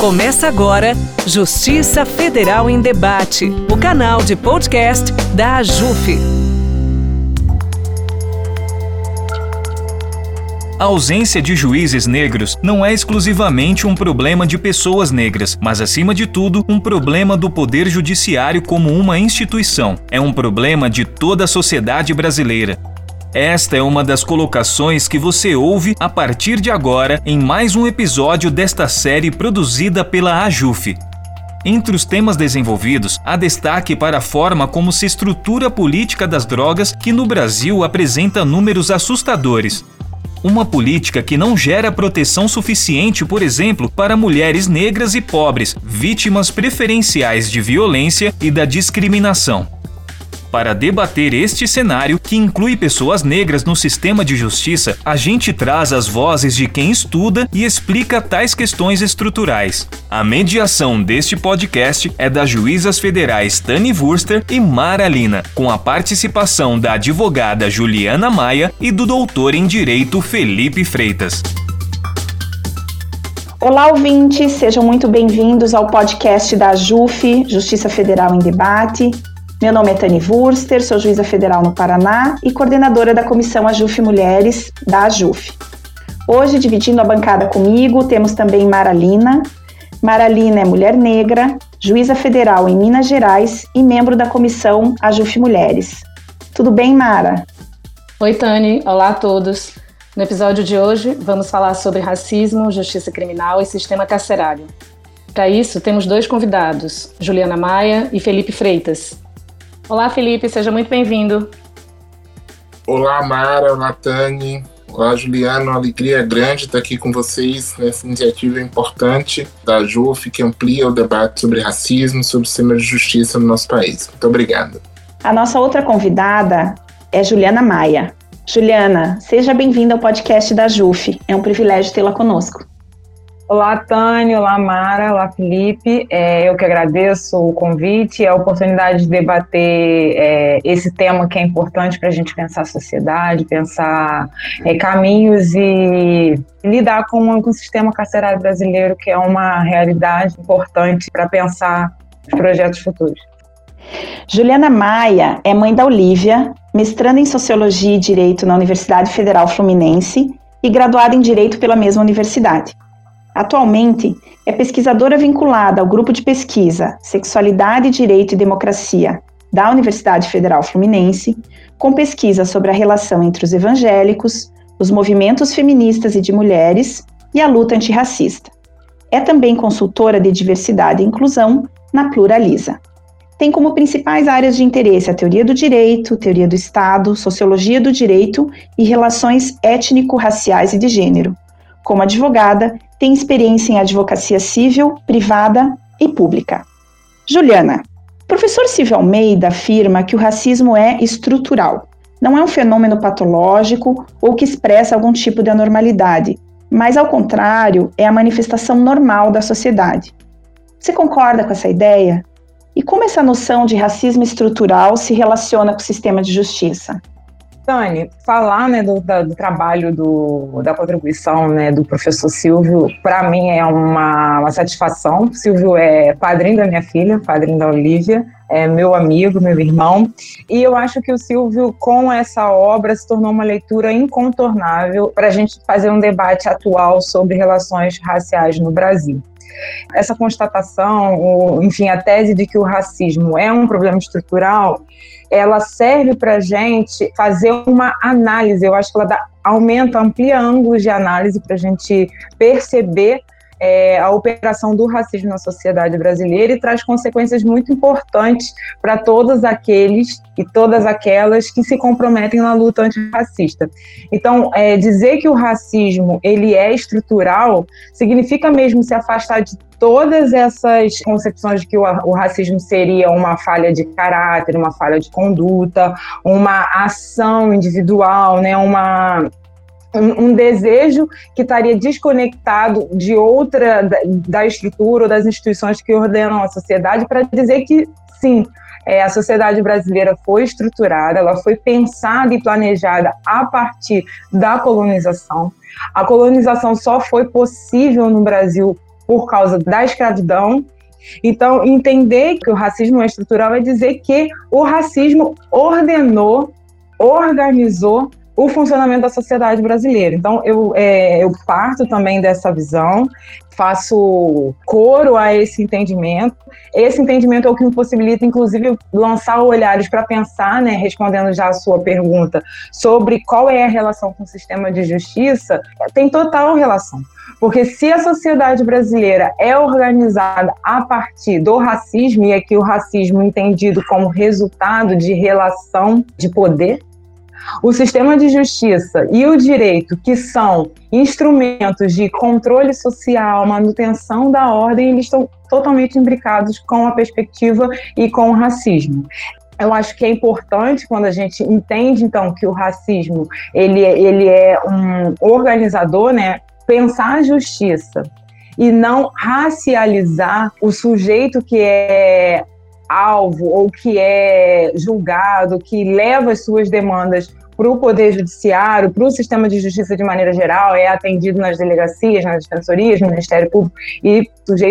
Começa agora Justiça Federal em Debate, o canal de podcast da AJUF. A ausência de juízes negros não é exclusivamente um problema de pessoas negras, mas, acima de tudo, um problema do Poder Judiciário como uma instituição. É um problema de toda a sociedade brasileira. Esta é uma das colocações que você ouve a partir de agora em mais um episódio desta série produzida pela AJUF. Entre os temas desenvolvidos, há destaque para a forma como se estrutura a política das drogas, que no Brasil apresenta números assustadores. Uma política que não gera proteção suficiente, por exemplo, para mulheres negras e pobres, vítimas preferenciais de violência e da discriminação. Para debater este cenário, que inclui pessoas negras no sistema de justiça, a gente traz as vozes de quem estuda e explica tais questões estruturais. A mediação deste podcast é das juízas federais Tani Wurster e Mara Lina, com a participação da advogada Juliana Maia e do doutor em Direito Felipe Freitas. Olá, ouvintes, sejam muito bem-vindos ao podcast da AJUF, Justiça Federal em Debate. Meu nome é Tani Wurster, sou juíza federal no Paraná e coordenadora da Comissão AJUF Mulheres, da AJUF. Hoje, dividindo a bancada comigo, temos também Mara Lina. Mara Lina é mulher negra, juíza federal em Minas Gerais e membro da Comissão AJUF Mulheres. Tudo bem, Mara? Oi, Tani. Olá a todos. No episódio de hoje, vamos falar sobre racismo, justiça criminal e sistema carcerário. Para isso, temos dois convidados, Juliana Maia e Felipe Freitas. Olá, Felipe, seja muito bem-vindo. Olá, Mara, olá, Tani, olá, Juliana, uma alegria grande estar aqui com vocês nessa iniciativa importante da AJUF que amplia o debate sobre racismo, sobre o sistema de justiça no nosso país. Muito obrigado. A nossa outra convidada é Juliana Maia. Juliana, seja bem-vinda ao podcast da AJUF, é um privilégio tê-la conosco. Olá, Tânia, olá, Mara, olá, Felipe. Eu que agradeço o convite e a oportunidade de debater esse tema que é importante para a gente pensar a sociedade, pensar caminhos e lidar com o sistema carcerário brasileiro, que é uma realidade importante para pensar os projetos futuros. Juliana Maia é mãe da Olívia, mestranda em Sociologia e Direito na Universidade Federal Fluminense e graduada em Direito pela mesma universidade. Atualmente, é pesquisadora vinculada ao grupo de pesquisa Sexualidade, Direito e Democracia da Universidade Federal Fluminense, com pesquisa sobre a relação entre os evangélicos, os movimentos feministas e de mulheres e a luta antirracista. É também consultora de diversidade e inclusão na Pluraliza. Tem como principais áreas de interesse a teoria do direito, teoria do Estado, sociologia do direito e relações étnico-raciais e de gênero. Como advogada, tem experiência em advocacia civil, privada e pública. Juliana, o professor Silvio Almeida afirma que o racismo é estrutural. Não é um fenômeno patológico ou que expressa algum tipo de anormalidade, mas, ao contrário, é a manifestação normal da sociedade. Você concorda com essa ideia? E como essa noção de racismo estrutural se relaciona com o sistema de justiça? Tânia, falar do trabalho, da contribuição do professor Silvio, para mim é uma satisfação. O Silvio é padrinho da minha filha, padrinho da Olívia, é meu amigo, meu irmão, e eu acho que o Silvio, com essa obra, se tornou uma leitura incontornável para a gente fazer um debate atual sobre relações raciais no Brasil. Essa constatação, enfim, a tese de que o racismo é um problema estrutural, ela serve para a gente fazer uma análise. Eu acho que ela amplia ângulos de análise para a gente perceber a operação do racismo na sociedade brasileira e traz consequências muito importantes para todos aqueles e todas aquelas que se comprometem na luta antirracista. Então, dizer que o racismo ele é estrutural significa mesmo se afastar de todas essas concepções de que o racismo seria uma falha de caráter, uma falha de conduta, uma ação individual, um desejo que estaria desconectado de outra, da estrutura ou das instituições que ordenam a sociedade, para dizer que, sim, a sociedade brasileira foi estruturada, ela foi pensada e planejada a partir da colonização. A colonização só foi possível no Brasil por causa da escravidão. Então, entender que o racismo é estrutural é dizer que o racismo organizou o funcionamento da sociedade brasileira. Então, eu parto também dessa visão, faço coro a esse entendimento. Esse entendimento é o que me possibilita, inclusive, lançar olhares para pensar, né, respondendo já a sua pergunta, sobre qual é a relação com o sistema de justiça. Tem total relação. Porque se a sociedade brasileira é organizada a partir do racismo, e aqui o racismo entendido como resultado de relação de poder, o sistema de justiça e o direito, que são instrumentos de controle social, manutenção da ordem, eles estão totalmente imbricados com a perspectiva e com o racismo. Eu acho que é importante, quando a gente entende, então, que o racismo ele é um organizador, né, pensar a justiça e não racializar o sujeito que é alvo ou que é julgado, que leva as suas demandas para o Poder Judiciário, para o sistema de justiça de maneira geral, é atendido nas delegacias, nas defensorias, no Ministério Público, e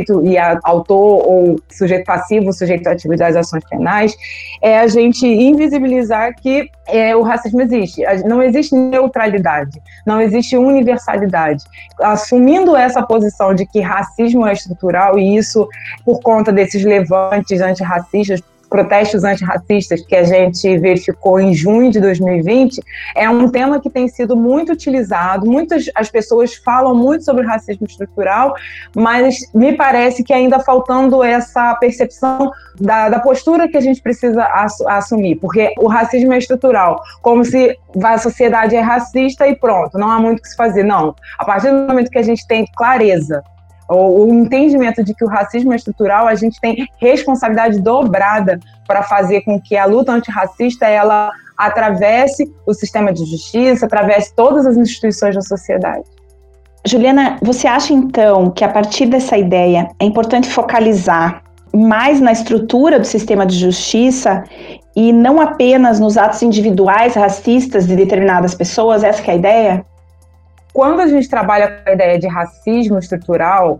autor ou sujeito passivo, sujeito ativo das ações penais, é a gente invisibilizar que o racismo existe. Não existe neutralidade, não existe universalidade. Assumindo essa posição de que racismo é estrutural, e isso por conta desses levantes antirracistas, protestos antirracistas que a gente verificou em junho de 2020, é um tema que tem sido muito utilizado. As pessoas falam muito sobre racismo estrutural, mas me parece que ainda faltando essa percepção da postura que a gente precisa assumir, porque o racismo é estrutural, como se a sociedade é racista e pronto, não há muito o que se fazer. Não, a partir do momento que a gente tem clareza, o entendimento de que o racismo é estrutural, a gente tem responsabilidade dobrada para fazer com que a luta antirracista ela atravesse o sistema de justiça, atravesse todas as instituições da sociedade. Juliana, você acha então que a partir dessa ideia é importante focalizar mais na estrutura do sistema de justiça e não apenas nos atos individuais racistas de determinadas pessoas? Essa que é a ideia? Quando a gente trabalha com a ideia de racismo estrutural,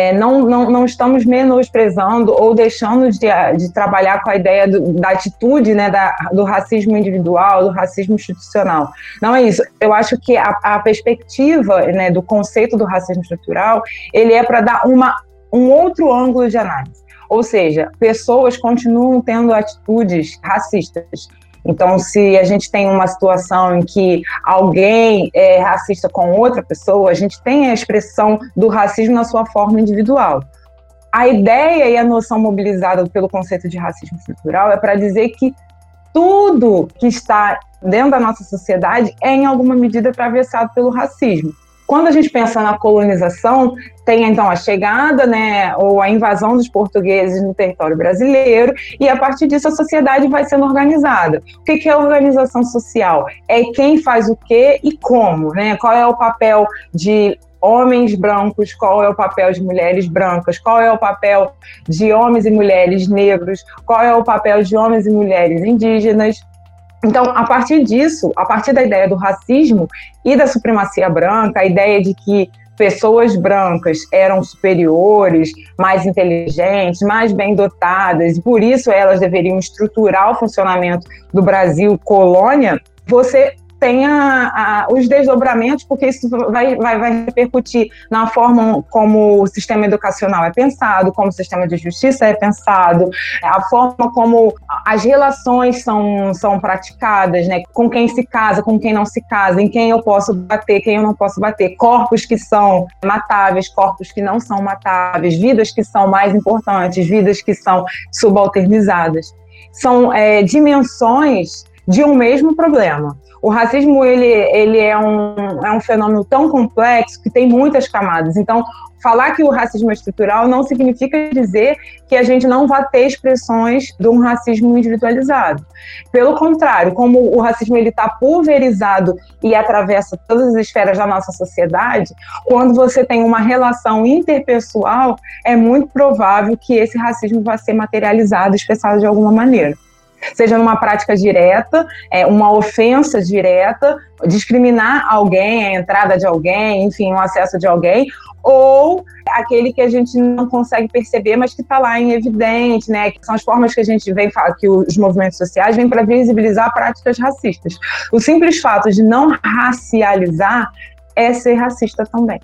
não estamos menosprezando ou deixando de trabalhar com a ideia da atitude, né, do racismo individual, do racismo institucional. Não é isso. Eu acho que a perspectiva, né, do conceito do racismo estrutural, ele é para dar um outro ângulo de análise. Ou seja, pessoas continuam tendo atitudes racistas. Então, se a gente tem uma situação em que alguém é racista com outra pessoa, a gente tem a expressão do racismo na sua forma individual. A ideia e a noção mobilizada pelo conceito de racismo estrutural é para dizer que tudo que está dentro da nossa sociedade é, em alguma medida, atravessado pelo racismo. Quando a gente pensa na colonização, tem então a chegada, né, ou a invasão dos portugueses no território brasileiro, e a partir disso a sociedade vai sendo organizada. O que é organização social? É quem faz o quê e como, né? Qual é o papel de homens brancos, qual é o papel de mulheres brancas, qual é o papel de homens e mulheres negros, qual é o papel de homens e mulheres indígenas. Então, a partir disso, a partir da ideia do racismo e da supremacia branca, a ideia de que pessoas brancas eram superiores, mais inteligentes, mais bem dotadas, e por isso elas deveriam estruturar o funcionamento do Brasil colônia, você tem os desdobramentos, porque isso vai repercutir na forma como o sistema educacional é pensado, como o sistema de justiça é pensado, a forma como as relações são praticadas, né? Com quem se casa, com quem não se casa, em quem eu posso bater, quem eu não posso bater, corpos que são matáveis, corpos que não são matáveis, vidas que são mais importantes, vidas que são subalternizadas. São dimensões de um mesmo problema. O racismo ele é um fenômeno tão complexo que tem muitas camadas. Então, falar que o racismo é estrutural não significa dizer que a gente não vai ter expressões de um racismo individualizado. Pelo contrário, como o racismo está pulverizado e atravessa todas as esferas da nossa sociedade, quando você tem uma relação interpessoal, é muito provável que esse racismo vai ser materializado, expressado de alguma maneira. Seja numa prática direta, uma ofensa direta, discriminar alguém, a entrada de alguém, enfim, o acesso de alguém, ou aquele que a gente não consegue perceber, mas que está lá em evidente, né? Que são as formas que a gente vem falar, que os movimentos sociais vêm para visibilizar práticas racistas. O simples fato de não racializar é ser racista também.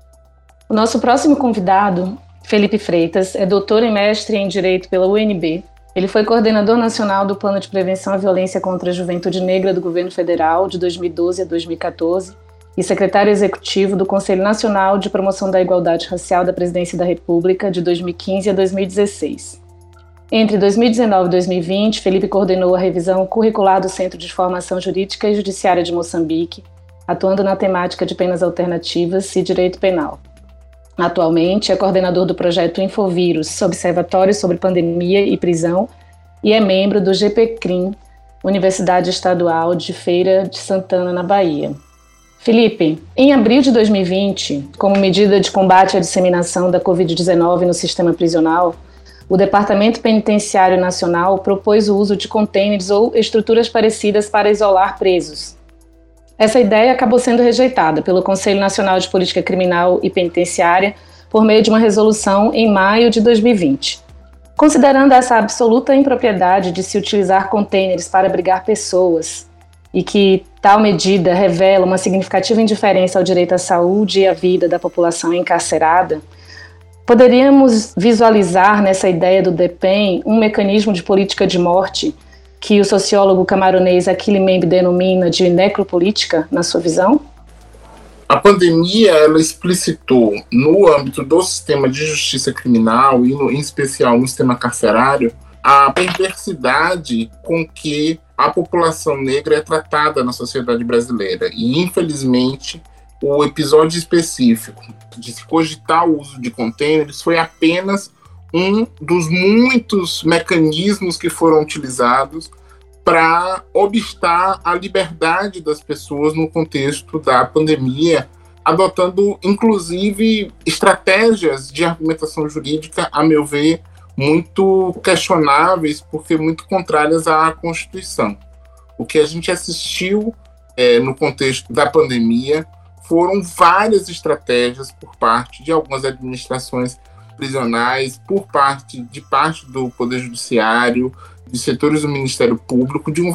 O nosso próximo convidado, Felipe Freitas, é doutor e mestre em Direito pela UNB. Ele foi coordenador nacional do Plano de Prevenção à Violência contra a Juventude Negra do Governo Federal de 2012 a 2014 e secretário executivo do Conselho Nacional de Promoção da Igualdade Racial da Presidência da República de 2015 a 2016. Entre 2019 e 2020, Felipe coordenou a revisão curricular do Centro de Formação Jurídica e Judiciária de Moçambique, atuando na temática de penas alternativas e direito penal. Atualmente é coordenador do projeto Infovírus, Observatório sobre Pandemia e Prisão, e é membro do GPCRIM, Universidade Estadual de Feira de Santana, na Bahia. Felipe, em abril de 2020, como medida de combate à disseminação da Covid-19 no sistema prisional, o Departamento Penitenciário Nacional propôs o uso de contêineres ou estruturas parecidas para isolar presos. Essa ideia acabou sendo rejeitada pelo Conselho Nacional de Política Criminal e Penitenciária por meio de uma resolução em maio de 2020. Considerando essa absoluta impropriedade de se utilizar contêineres para abrigar pessoas e que tal medida revela uma significativa indiferença ao direito à saúde e à vida da população encarcerada, poderíamos visualizar nessa ideia do DPEM um mecanismo de política de morte que o sociólogo camaronês Achille Mbembe denomina de necropolítica, na sua visão? A pandemia, ela explicitou, no âmbito do sistema de justiça criminal e, em especial, no sistema carcerário, a perversidade com que a população negra é tratada na sociedade brasileira. E, infelizmente, o episódio específico de se cogitar o uso de contêineres foi apenas um dos muitos mecanismos que foram utilizados para obstar a liberdade das pessoas no contexto da pandemia, adotando, inclusive, estratégias de argumentação jurídica, a meu ver, muito questionáveis, porque muito contrárias à Constituição. O que a gente assistiu no contexto da pandemia foram várias estratégias por parte de algumas administrações prisionais, por parte do Poder Judiciário, de setores do Ministério Público, de uma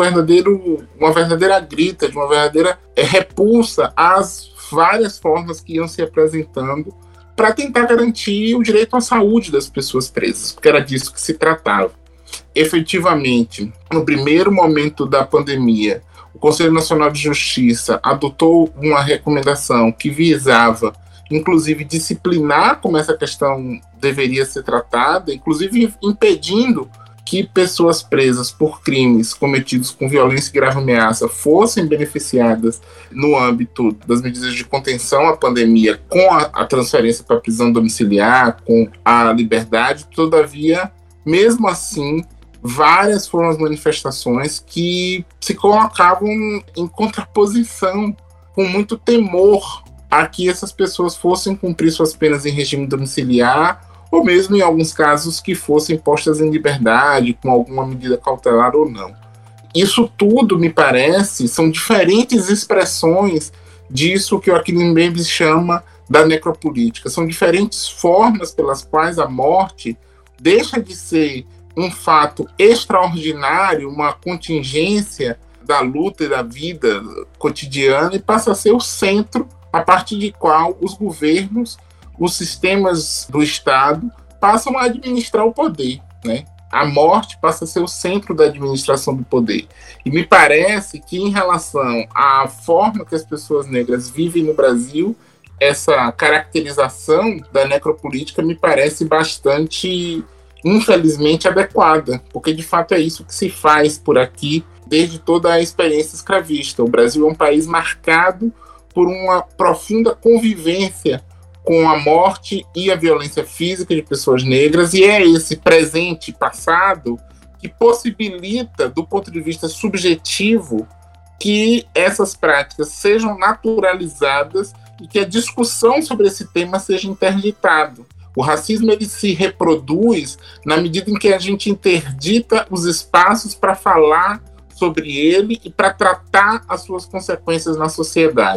verdadeira grita, de uma verdadeira repulsa às várias formas que iam se apresentando para tentar garantir o direito à saúde das pessoas presas, porque era disso que se tratava. Efetivamente, no primeiro momento da pandemia, o Conselho Nacional de Justiça adotou uma recomendação que visava, inclusive, disciplinar como essa questão deveria ser tratada, inclusive impedindo que pessoas presas por crimes cometidos com violência e grave ameaça fossem beneficiadas no âmbito das medidas de contenção à pandemia, com a transferência para a prisão domiciliar, com a liberdade. Todavia, mesmo assim, várias foram as manifestações que se colocavam em contraposição, com muito temor a que essas pessoas fossem cumprir suas penas em regime domiciliar, ou mesmo, em alguns casos, que fossem postas em liberdade, com alguma medida cautelar ou não. Isso tudo, me parece, são diferentes expressões disso que o Achille Mbembe chama da necropolítica. São diferentes formas pelas quais a morte deixa de ser um fato extraordinário, uma contingência da luta e da vida cotidiana, e passa a ser o centro a partir de qual os governos, os sistemas do Estado passam a administrar o poder, né? A morte passa a ser o centro da administração do poder. E me parece que, em relação à forma que as pessoas negras vivem no Brasil, essa caracterização da necropolítica me parece bastante, infelizmente, adequada, porque, de fato, é isso que se faz por aqui desde toda a experiência escravista. O Brasil é um país marcado por uma profunda convivência com a morte e a violência física de pessoas negras, e é esse presente e passado que possibilita, do ponto de vista subjetivo, que essas práticas sejam naturalizadas e que a discussão sobre esse tema seja interditada. O racismo, ele se reproduz na medida em que a gente interdita os espaços para falar sobre ele e para tratar as suas consequências na sociedade.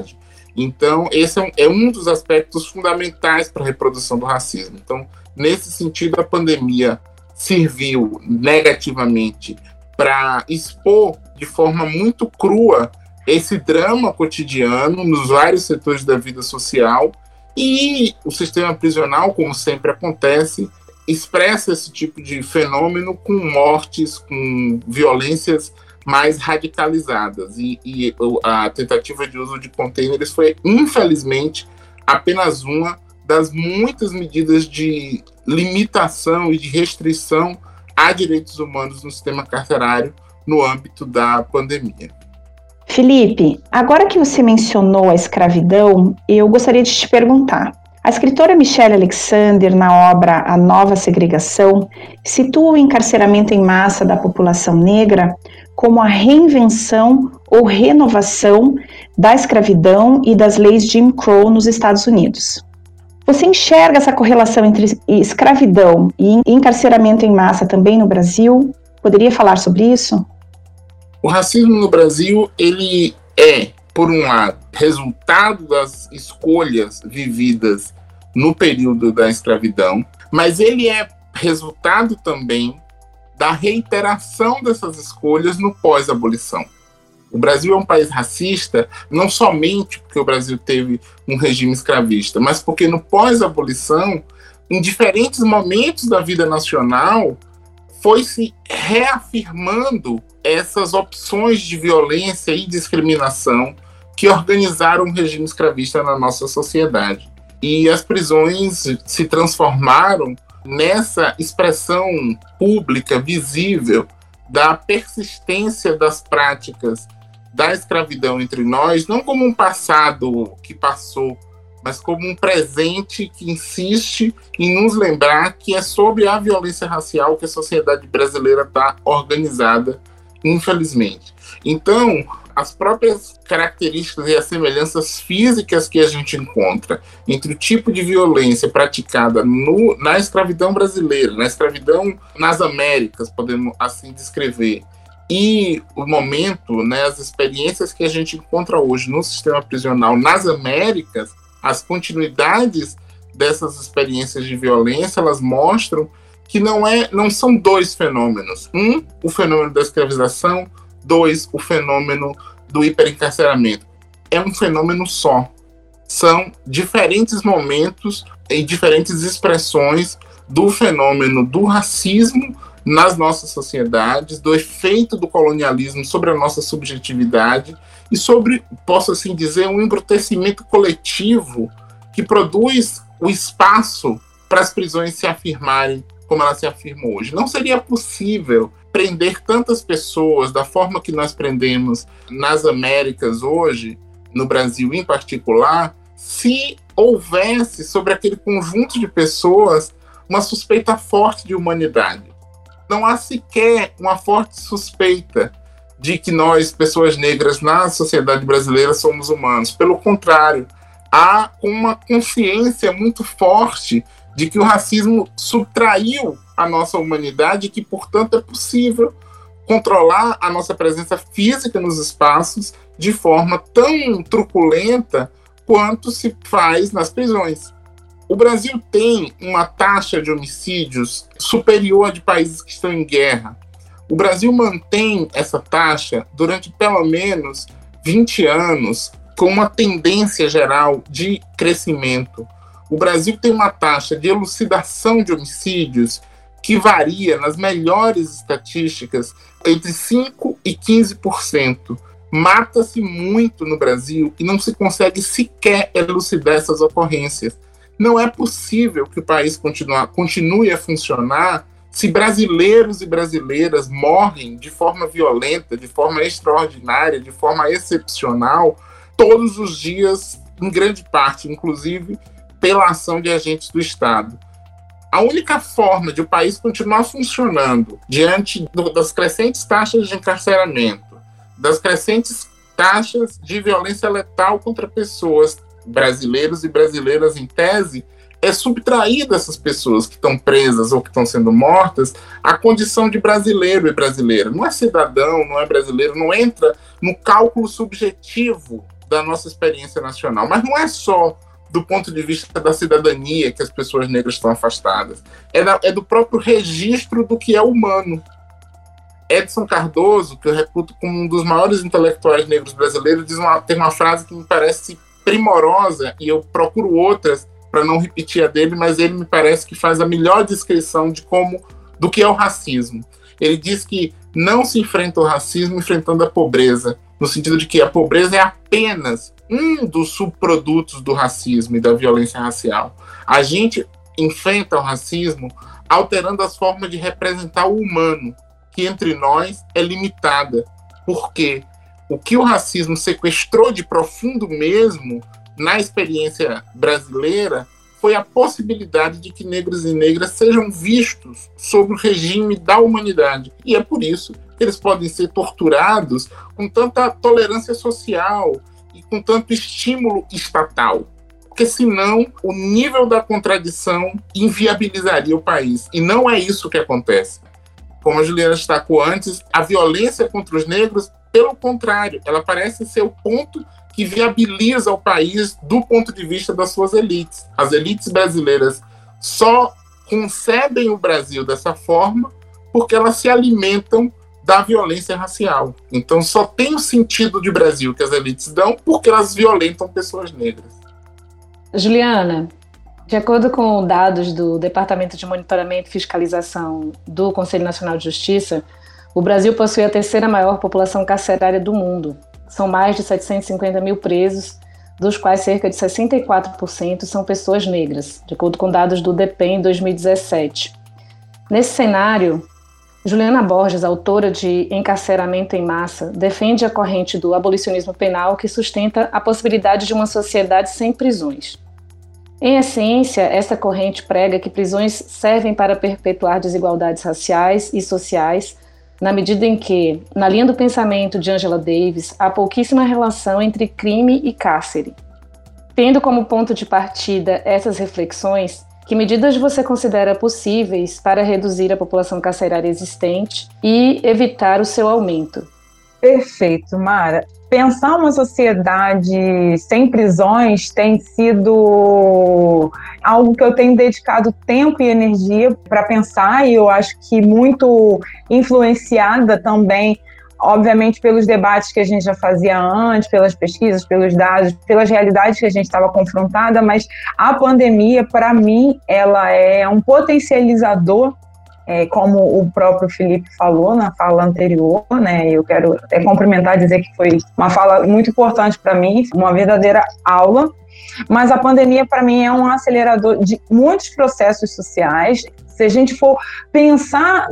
Então, esse é um dos aspectos fundamentais para a reprodução do racismo. Então, nesse sentido, a pandemia serviu negativamente para expor de forma muito crua esse drama cotidiano nos vários setores da vida social, e o sistema prisional, como sempre acontece, expressa esse tipo de fenômeno com mortes, com violências mais radicalizadas. E a tentativa de uso de containers foi, infelizmente, apenas uma das muitas medidas de limitação e de restrição a direitos humanos no sistema carcerário no âmbito da pandemia. Felipe, agora que você mencionou a escravidão, eu gostaria de te perguntar. A escritora Michelle Alexander, na obra A Nova Segregação, situa o encarceramento em massa da população negra como a reinvenção ou renovação da escravidão e das leis Jim Crow nos Estados Unidos. Você enxerga essa correlação entre escravidão e encarceramento em massa também no Brasil? Poderia falar sobre isso? O racismo no Brasil, ele é, por um lado, resultado das escolhas vividas no período da escravidão, mas ele é resultado também da reiteração dessas escolhas no pós-abolição. O Brasil é um país racista, não somente porque o Brasil teve um regime escravista, mas porque no pós-abolição, em diferentes momentos da vida nacional, foi se reafirmando essas opções de violência e discriminação que organizaram o regime escravista na nossa sociedade. E as prisões se transformaram nessa expressão pública, visível, da persistência das práticas da escravidão entre nós, não como um passado que passou, mas como um presente que insiste em nos lembrar que é sobre a violência racial que a sociedade brasileira está organizada, infelizmente. Então, as próprias características e as semelhanças físicas que a gente encontra entre o tipo de violência praticada na escravidão brasileira, na escravidão nas Américas, podemos assim descrever, e o momento, né, as experiências que a gente encontra hoje no sistema prisional nas Américas, as continuidades dessas experiências de violência, elas mostram que não são dois fenômenos. Um, o fenômeno da escravização. Dois, o fenômeno do hiperencarceramento. É um fenômeno só. São diferentes momentos e diferentes expressões do fenômeno do racismo nas nossas sociedades, do efeito do colonialismo sobre a nossa subjetividade e sobre, posso assim dizer, um embrutecimento coletivo que produz o espaço para as prisões se afirmarem como elas se afirmam hoje. Não seria possível prender tantas pessoas da forma que nós prendemos nas Américas hoje, no Brasil em particular, se houvesse sobre aquele conjunto de pessoas uma suspeita forte de humanidade. Não há sequer uma forte suspeita de que nós, pessoas negras, na sociedade brasileira, somos humanos. Pelo contrário, há uma consciência muito forte de que o racismo subtraiu a nossa humanidade e que, portanto, é possível controlar a nossa presença física nos espaços de forma tão truculenta quanto se faz nas prisões. O Brasil tem uma taxa de homicídios superior à de países que estão em guerra. O Brasil mantém essa taxa durante pelo menos 20 anos, com uma tendência geral de crescimento. O Brasil tem uma taxa de elucidação de homicídios que varia, nas melhores estatísticas, entre 5% e 15%. Mata-se muito no Brasil e não se consegue sequer elucidar essas ocorrências. Não é possível que o país continue a funcionar se brasileiros e brasileiras morrem de forma violenta, de forma extraordinária, de forma excepcional, todos os dias, em grande parte, inclusive, pela ação de agentes do Estado. A única forma de o país continuar funcionando diante das crescentes taxas de encarceramento, das crescentes taxas de violência letal contra pessoas, brasileiros e brasileiras em tese, é subtrair dessas pessoas que estão presas ou que estão sendo mortas a condição de brasileiro e brasileira. Não é cidadão, não é brasileiro, não entra no cálculo subjetivo da nossa experiência nacional. Mas não é só do ponto de vista da cidadania que as pessoas negras estão afastadas. É do próprio registro do que é humano. Edson Cardoso, que eu reputo como um dos maiores intelectuais negros brasileiros, tem uma frase que me parece primorosa, e eu procuro outras para não repetir a dele, mas ele me parece que faz a melhor descrição do que é o racismo. Ele diz que não se enfrenta o racismo enfrentando a pobreza, no sentido de que a pobreza é apenas um dos subprodutos do racismo e da violência racial. A gente enfrenta o racismo alterando as formas de representar o humano, que entre nós é limitada, porque o que o racismo sequestrou de profundo mesmo na experiência brasileira foi a possibilidade de que negros e negras sejam vistos sob o regime da humanidade. E é por isso que eles podem ser torturados com tanta tolerância social e com tanto estímulo estatal. Porque senão o nível da contradição inviabilizaria o país. E não é isso que acontece. Como a Juliana destacou antes, a violência contra os negros, pelo contrário, ela parece ser o ponto que viabiliza o país do ponto de vista das suas elites. As elites brasileiras só concebem o Brasil dessa forma porque elas se alimentam da violência racial. Então só tem o sentido de Brasil que as elites dão porque elas violentam pessoas negras. Juliana, de acordo com dados do Departamento de Monitoramento e Fiscalização do Conselho Nacional de Justiça, o Brasil possui a terceira maior população carcerária do mundo. São mais de 750 mil presos, dos quais cerca de 64% são pessoas negras, de acordo com dados do DEPEN em 2017. Nesse cenário, Juliana Borges, autora de Encarceramento em Massa, defende a corrente do abolicionismo penal que sustenta a possibilidade de uma sociedade sem prisões. Em essência, essa corrente prega que prisões servem para perpetuar desigualdades raciais e sociais, na medida em que, na linha do pensamento de Angela Davis, há pouquíssima relação entre crime e cárcere. Tendo como ponto de partida essas reflexões, que medidas você considera possíveis para reduzir a população carcerária existente e evitar o seu aumento? Perfeito, Mara. Pensar uma sociedade sem prisões tem sido algo que eu tenho dedicado tempo e energia para pensar, e eu acho que muito influenciada também, obviamente, pelos debates que a gente já fazia antes, pelas pesquisas, pelos dados, pelas realidades que a gente estava confrontada, mas a pandemia, para mim, ela é um potencializador, como o próprio Felipe falou na fala anterior, né? Eu quero até cumprimentar e dizer que foi uma fala muito importante para mim, uma verdadeira aula, mas a pandemia, para mim, é um acelerador de muitos processos sociais. Se a gente for pensar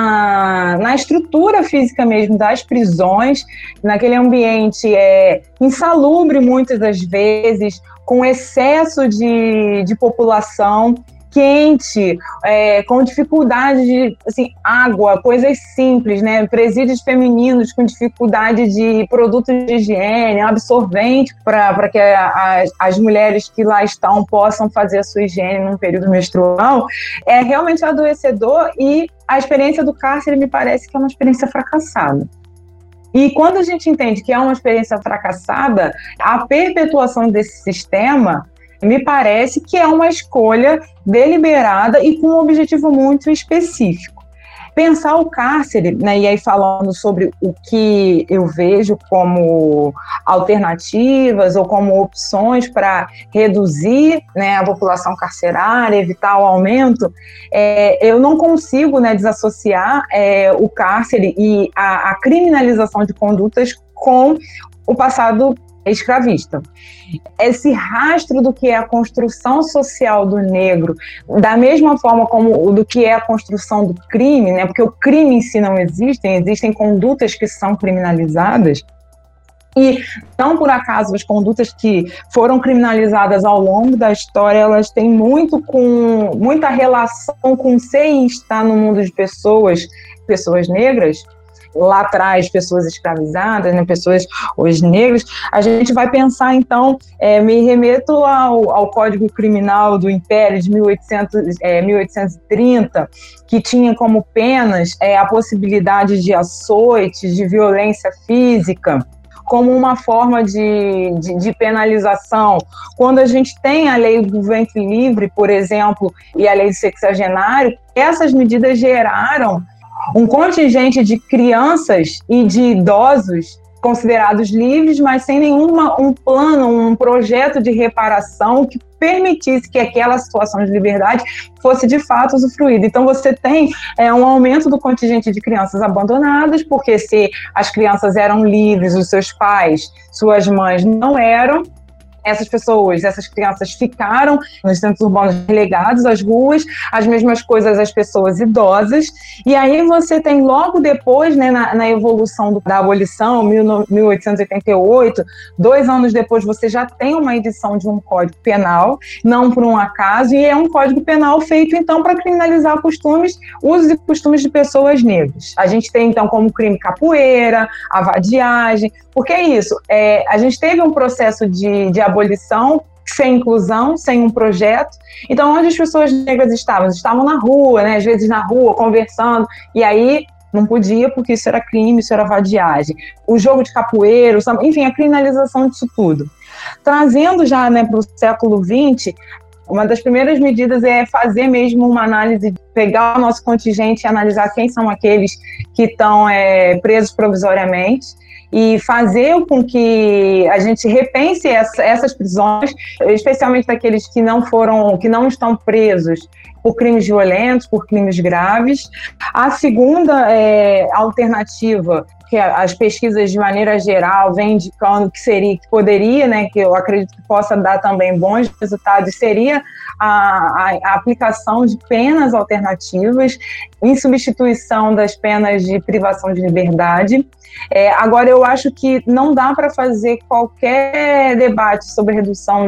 na estrutura física mesmo das prisões, naquele ambiente insalubre muitas das vezes, com excesso de população, quente, com dificuldade de água, coisas simples, né? Presídios femininos com dificuldade de produtos de higiene, absorvente para que as mulheres que lá estão possam fazer a sua higiene num período menstrual, é realmente adoecedor, e a experiência do cárcere me parece que é uma experiência fracassada. E quando a gente entende que é uma experiência fracassada, a perpetuação desse sistema me parece que é uma escolha deliberada e com um objetivo muito específico. Pensar o cárcere, né, e aí falando sobre o que eu vejo como alternativas ou como opções para reduzir, né, a população carcerária, evitar o aumento, eu não consigo, né, desassociar o cárcere e a criminalização de condutas com o passado escravista. Esse rastro do que é a construção social do negro, da mesma forma como do que é a construção do crime, né? Porque o crime em si não existe, existem condutas que são criminalizadas, e não por acaso as condutas que foram criminalizadas ao longo da história, elas têm muita relação com ser e estar no mundo de pessoas negras. Lá atrás, pessoas escravizadas, né, pessoas hoje negras. A gente vai pensar, então, me remeto ao Código Criminal do Império de 1830, que tinha como penas a possibilidade de açoites, de violência física, como uma forma de penalização. Quando a gente tem a lei do ventre livre, por exemplo, e a lei do sexagenário, essas medidas geraram um contingente de crianças e de idosos considerados livres, mas sem um plano, um projeto de reparação que permitisse que aquela situação de liberdade fosse de fato usufruída. Então você tem um aumento do contingente de crianças abandonadas, porque se as crianças eram livres, os seus pais, suas mães não eram, essas crianças ficaram nos centros urbanos relegados às ruas, as mesmas coisas as pessoas idosas, e aí você tem logo depois, né, na evolução da abolição, 1888, 2 anos depois você já tem uma edição de um Código Penal, não por um acaso, e é um Código Penal feito então para criminalizar usos e costumes de pessoas negras. A gente tem então como crime capoeira, a vadiagem, porque é isso, a gente teve um processo de abolição, sem inclusão, sem um projeto. Então, onde as pessoas negras estavam? Estavam na rua, né? Às vezes na rua, conversando, e aí não podia porque isso era crime, isso era vadiagem. O jogo de capoeira, enfim, a criminalização disso tudo. Trazendo já, né, para o século XX, uma das primeiras medidas é fazer mesmo uma análise, pegar o nosso contingente e analisar quem são aqueles que estão presos provisoriamente, e fazer com que a gente repense essas prisões, especialmente daqueles que não estão presos por crimes violentos, por crimes graves. A segunda alternativa, que as pesquisas de maneira geral vêm indicando que poderia, né, que eu acredito que possa dar também bons resultados, seria a aplicação de penas alternativas em substituição das penas de privação de liberdade. Agora, eu acho que não dá para fazer qualquer debate sobre redução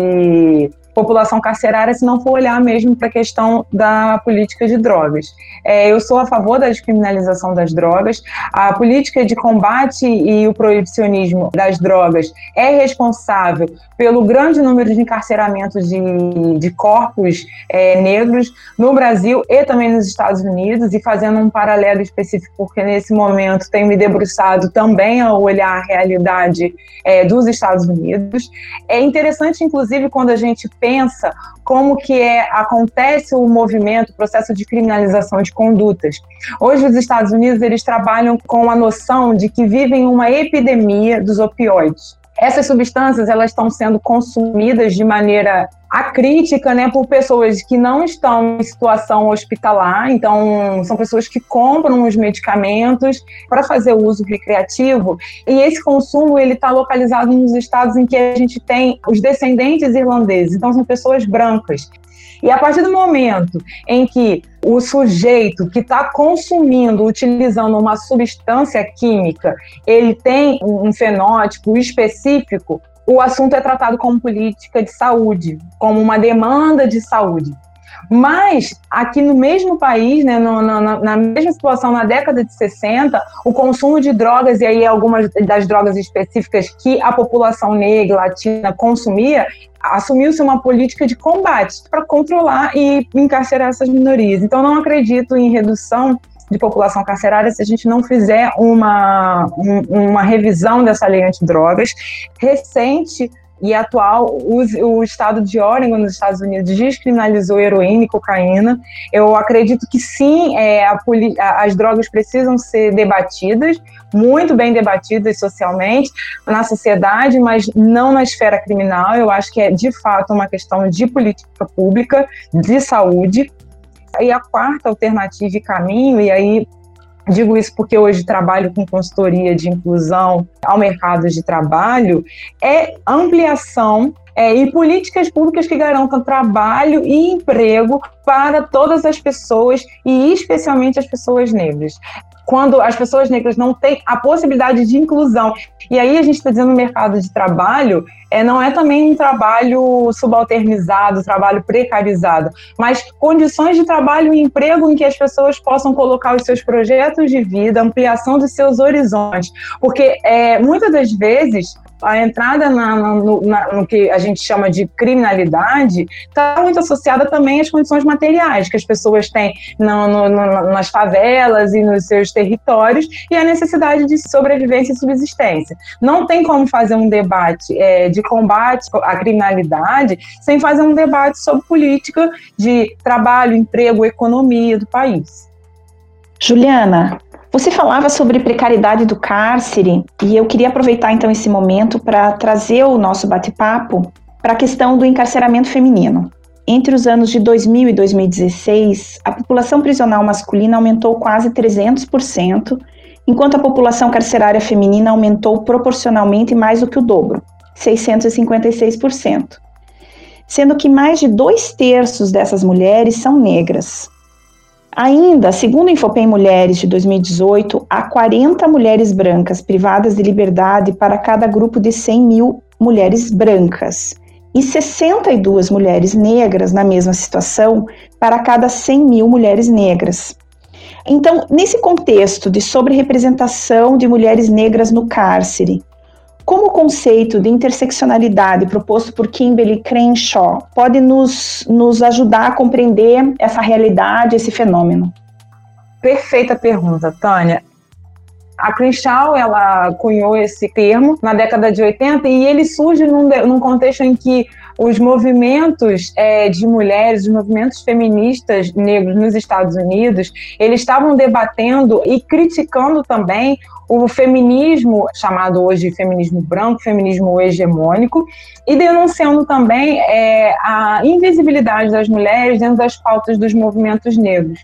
de população carcerária se não for olhar mesmo para a questão da política de drogas. Eu sou a favor da descriminalização das drogas. A política de combate e o proibicionismo das drogas é responsável pelo grande número de encarceramentos de corpos negros no Brasil e também nos Estados Unidos, e fazendo um paralelo específico, porque nesse momento tenho me debruçado também a olhar a realidade dos Estados Unidos. É interessante, inclusive, quando a gente pensa como que acontece o movimento, o processo de criminalização de condutas. Hoje, os Estados Unidos, eles trabalham com a noção de que vivem uma epidemia dos opioides. Essas substâncias, elas estão sendo consumidas de maneira acrítica, né, por pessoas que não estão em situação hospitalar. Então, são pessoas que compram os medicamentos para fazer uso recreativo, e esse consumo está localizado nos estados em que a gente tem os descendentes irlandeses, então são pessoas brancas. E a partir do momento em que o sujeito que está consumindo, utilizando uma substância química, ele tem um fenótipo específico, o assunto é tratado como política de saúde, como uma demanda de saúde. Mas, aqui no mesmo país, né, na mesma situação, na década de 60, o consumo de drogas, e aí algumas das drogas específicas que a população negra latina consumia, assumiu-se uma política de combate para controlar e encarcerar essas minorias. Então, não acredito em redução de população carcerária se a gente não fizer uma revisão dessa lei antidrogas recente e atual. O estado de Oregon, nos Estados Unidos, descriminalizou heroína e cocaína. Eu acredito que sim, as drogas precisam ser debatidas, muito bem debatidas socialmente, na sociedade, mas não na esfera criminal. Eu acho que é, de fato, uma questão de política pública, de saúde. E a quarta alternativa e caminho, e aí digo isso porque hoje trabalho com consultoria de inclusão ao mercado de trabalho, é ampliação e políticas públicas que garantam trabalho e emprego para todas as pessoas, e especialmente as pessoas negras. Quando as pessoas negras não têm a possibilidade de inclusão, e aí a gente está dizendo no mercado de trabalho, não é também um trabalho subalternizado, trabalho precarizado, mas condições de trabalho e emprego em que as pessoas possam colocar os seus projetos de vida, ampliação dos seus horizontes, porque muitas das vezes A entrada no que a gente chama de criminalidade está muito associada também às condições materiais que as pessoas têm nas favelas e nos seus territórios e a necessidade de sobrevivência e subsistência. Não tem como fazer um debate de combate à criminalidade sem fazer um debate sobre política de trabalho, emprego, economia do país. Juliana, você falava sobre precariedade do cárcere e eu queria aproveitar então esse momento para trazer o nosso bate-papo para a questão do encarceramento feminino. Entre os anos de 2000 e 2016, a população prisional masculina aumentou quase 300%, enquanto a população carcerária feminina aumentou proporcionalmente mais do que o dobro, 656%, sendo que mais de 2/3 dessas mulheres são negras. Ainda, segundo o Infopem Mulheres de 2018, há 40 mulheres brancas privadas de liberdade para cada grupo de 100 mil mulheres brancas e 62 mulheres negras na mesma situação para cada 100 mil mulheres negras. Então, nesse contexto de sobre-representação de mulheres negras no cárcere, como o conceito de interseccionalidade proposto por Kimberly Crenshaw pode nos ajudar a compreender essa realidade, esse fenômeno? Perfeita pergunta, Tânia. A Crenshaw, ela cunhou esse termo na década de 80 e ele surge num contexto em que os movimentos de mulheres, os movimentos feministas negros nos Estados Unidos, eles estavam debatendo e criticando também o feminismo, chamado hoje de feminismo branco, feminismo hegemônico, e denunciando também a invisibilidade das mulheres dentro das pautas dos movimentos negros.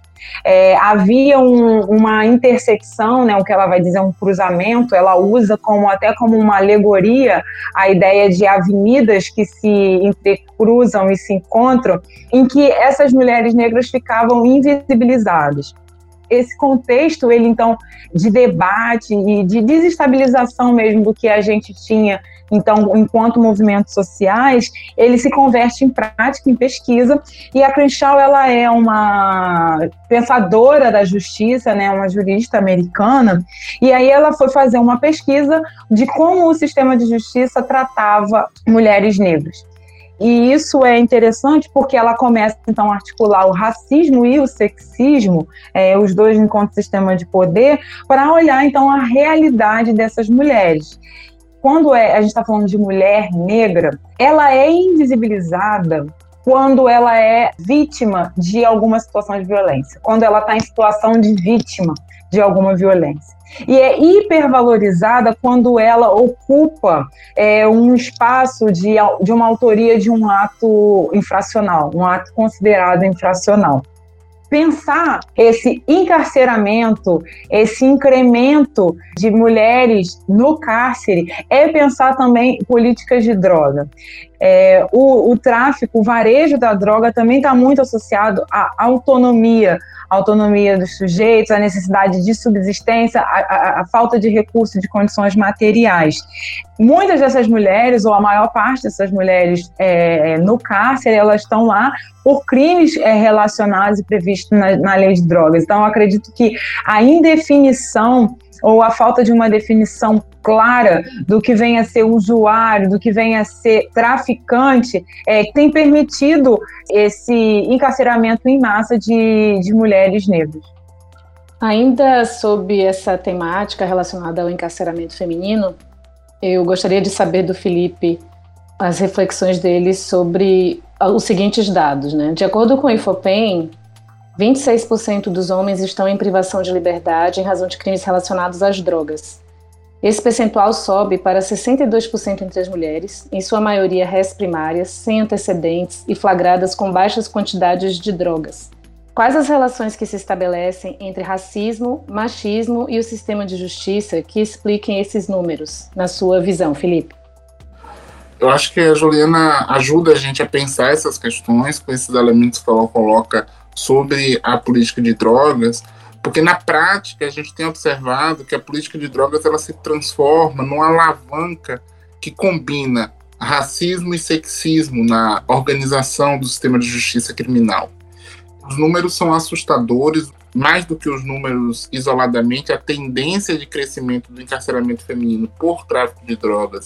Havia uma intersecção, né, o que ela vai dizer, um cruzamento, ela usa até como uma alegoria a ideia de avenidas que se intercruzam e se encontram, em que essas mulheres negras ficavam invisibilizadas. Esse contexto, ele então, de debate e de desestabilização mesmo do que a gente tinha, então, enquanto movimentos sociais, ele se converte em prática, em pesquisa, e a Crenshaw, ela é uma pensadora da justiça, né, uma jurista americana, e aí ela foi fazer uma pesquisa de como o sistema de justiça tratava mulheres negras. E isso é interessante porque ela começa, então, a articular o racismo e o sexismo, os dois enquanto sistema de poder, para olhar, então, a realidade dessas mulheres. Quando a gente está falando de mulher negra, ela é invisibilizada quando ela é vítima de alguma situação de violência, quando ela está em situação de vítima de alguma violência. E é hipervalorizada quando ela ocupa um espaço de uma autoria de um ato infracional, um ato considerado infracional. Pensar esse encarceramento, esse incremento de mulheres no cárcere é pensar também políticas de droga. O tráfico, o varejo da droga também está muito associado à autonomia dos sujeitos, à necessidade de subsistência, à falta de recursos, de condições materiais. Muitas dessas mulheres, ou a maior parte dessas mulheres no cárcere, elas estão lá por crimes relacionados e previstos na lei de drogas. Então, eu acredito que a indefinição ou a falta de uma definição clara do que vem a ser usuário, do que vem a ser traficante, tem permitido esse encarceramento em massa de mulheres negras. Ainda sob essa temática relacionada ao encarceramento feminino, eu gostaria de saber do Felipe as reflexões dele sobre os seguintes dados, né? De acordo com o Infopem, 26% dos homens estão em privação de liberdade em razão de crimes relacionados às drogas. Esse percentual sobe para 62% entre as mulheres, em sua maioria réis primárias, sem antecedentes e flagradas com baixas quantidades de drogas. Quais as relações que se estabelecem entre racismo, machismo e o sistema de justiça que expliquem esses números, na sua visão, Felipe? Eu acho que a Juliana ajuda a gente a pensar essas questões com esses elementos que ela coloca sobre a política de drogas, porque na prática a gente tem observado que a política de drogas ela se transforma numa alavanca que combina racismo e sexismo na organização do sistema de justiça criminal. Os números são assustadores, mais do que os números isoladamente, a tendência de crescimento do encarceramento feminino por tráfico de drogas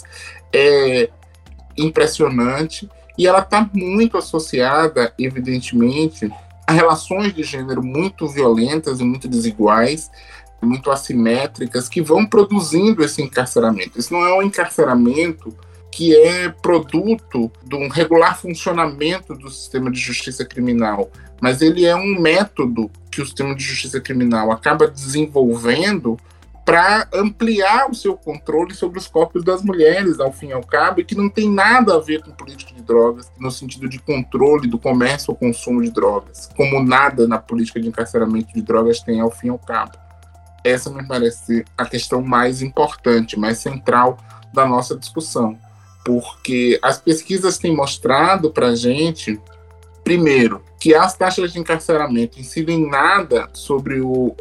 é impressionante e ela está muito associada, evidentemente, a relações de gênero muito violentas e muito desiguais, muito assimétricas, que vão produzindo esse encarceramento. Isso não é um encarceramento que é produto de um regular funcionamento do sistema de justiça criminal, mas ele é um método que o sistema de justiça criminal acaba desenvolvendo para ampliar o seu controle sobre os corpos das mulheres, ao fim e ao cabo, e que não tem nada a ver com política de drogas, no sentido de controle do comércio ou consumo de drogas, como nada na política de encarceramento de drogas tem, ao fim e ao cabo. Essa me parece a questão mais importante, mais central da nossa discussão, porque as pesquisas têm mostrado para a gente, primeiro, que as taxas de encarceramento incidem nada sobre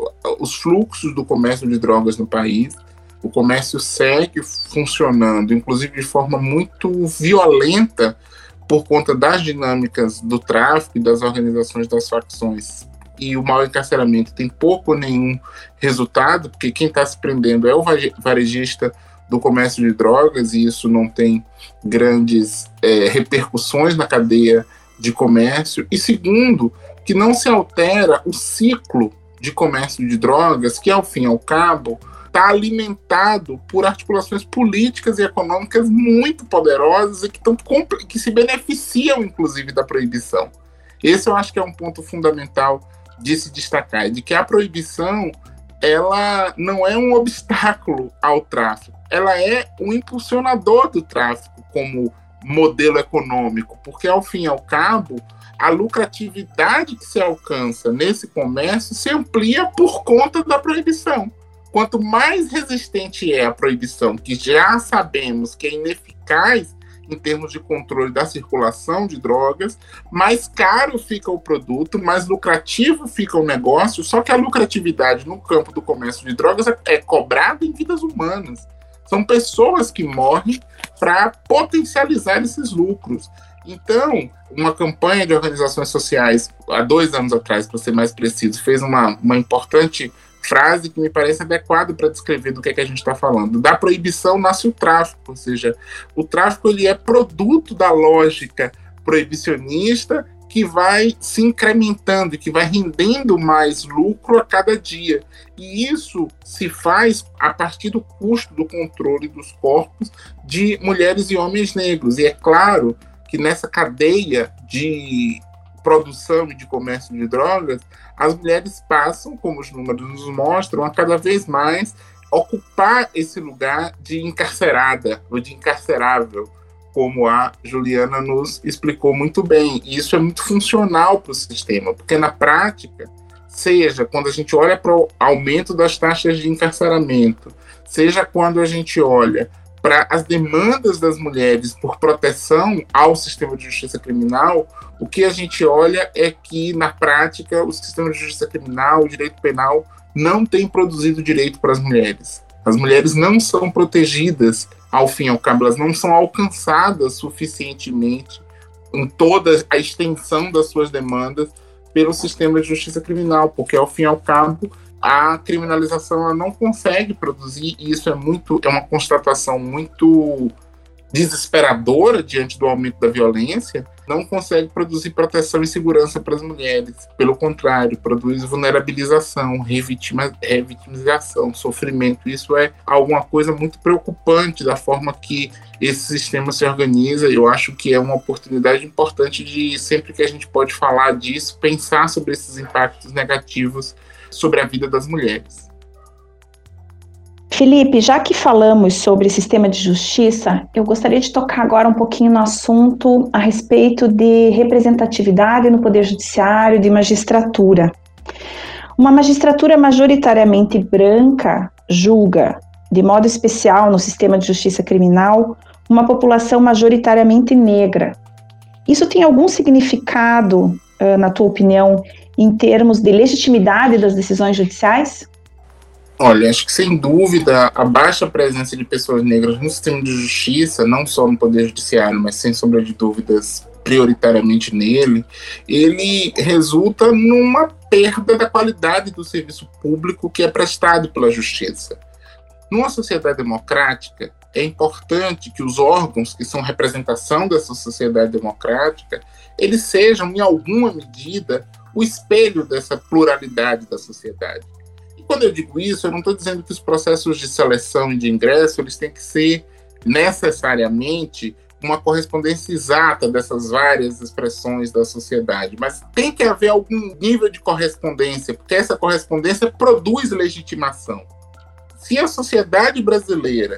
os fluxos do comércio de drogas no país. O comércio segue funcionando, inclusive de forma muito violenta, por conta das dinâmicas do tráfico e das organizações das facções. E o mau encarceramento tem pouco ou nenhum resultado, porque quem está se prendendo é o varejista do comércio de drogas, e isso não tem grandes repercussões na cadeia de comércio. E segundo, que não se altera o ciclo de comércio de drogas, que ao fim e ao cabo está alimentado por articulações políticas e econômicas muito poderosas e que se beneficiam, inclusive, da proibição. Esse eu acho que é um ponto fundamental de se destacar, de que a proibição ela não é um obstáculo ao tráfico, ela é um impulsionador do tráfico como modelo econômico, porque ao fim e ao cabo a lucratividade que se alcança nesse comércio se amplia por conta da proibição. Quanto mais resistente é a proibição, que já sabemos que é ineficaz em termos de controle da circulação de drogas, mais caro fica o produto, mais lucrativo fica o negócio, só que a lucratividade no campo do comércio de drogas é cobrada em vidas humanas. São pessoas que morrem para potencializar esses lucros. Então, uma campanha de organizações sociais, há 2 anos atrás, para ser mais preciso, fez uma importante frase que me parece adequada para descrever do que a gente está falando. Da proibição nasce o tráfico, ou seja, o tráfico ele é produto da lógica proibicionista que vai se incrementando e que vai rendendo mais lucro a cada dia. E isso se faz a partir do custo do controle dos corpos de mulheres e homens negros. E é claro que nessa cadeia de produção e de comércio de drogas, as mulheres passam, como os números nos mostram, a cada vez mais ocupar esse lugar de encarcerada ou de encarcerável, como a Juliana nos explicou muito bem. E isso é muito funcional para o sistema, porque na prática, seja quando a gente olha para o aumento das taxas de encarceramento, seja quando a gente olha para as demandas das mulheres por proteção ao sistema de justiça criminal, o que a gente olha é que, na prática, o sistema de justiça criminal, o direito penal, não tem produzido direito para as mulheres. As mulheres não são protegidas, ao fim e ao cabo, elas não são alcançadas suficientemente em toda a extensão das suas demandas pelo sistema de justiça criminal, porque, ao fim e ao cabo, a criminalização ela não consegue produzir, e isso é uma constatação muito desesperadora diante do aumento da violência, não consegue produzir proteção e segurança para as mulheres. Pelo contrário, produz vulnerabilização, revitimização, sofrimento. Isso é alguma coisa muito preocupante da forma que esse sistema se organiza. Eu acho que é uma oportunidade importante de, sempre que a gente pode falar disso, pensar sobre esses impactos negativos sobre a vida das mulheres. Felipe, já que falamos sobre sistema de justiça, eu gostaria de tocar agora um pouquinho no assunto a respeito de representatividade no Poder Judiciário, de magistratura. Uma magistratura majoritariamente branca julga, de modo especial no sistema de justiça criminal, uma população majoritariamente negra. Isso tem algum significado, na tua opinião, em termos de legitimidade das decisões judiciais? Olha, acho que sem dúvida a baixa presença de pessoas negras no sistema de justiça, não só no Poder Judiciário, mas sem sombra de dúvidas prioritariamente nele, ele resulta numa perda da qualidade do serviço público que é prestado pela justiça. Numa sociedade democrática, é importante que os órgãos que são representação dessa sociedade democrática, eles sejam, em alguma medida, o espelho dessa pluralidade da sociedade. E quando eu digo isso, eu não estou dizendo que os processos de seleção e de ingresso eles têm que ser necessariamente uma correspondência exata dessas várias expressões da sociedade, mas tem que haver algum nível de correspondência, porque essa correspondência produz legitimação. Se a sociedade brasileira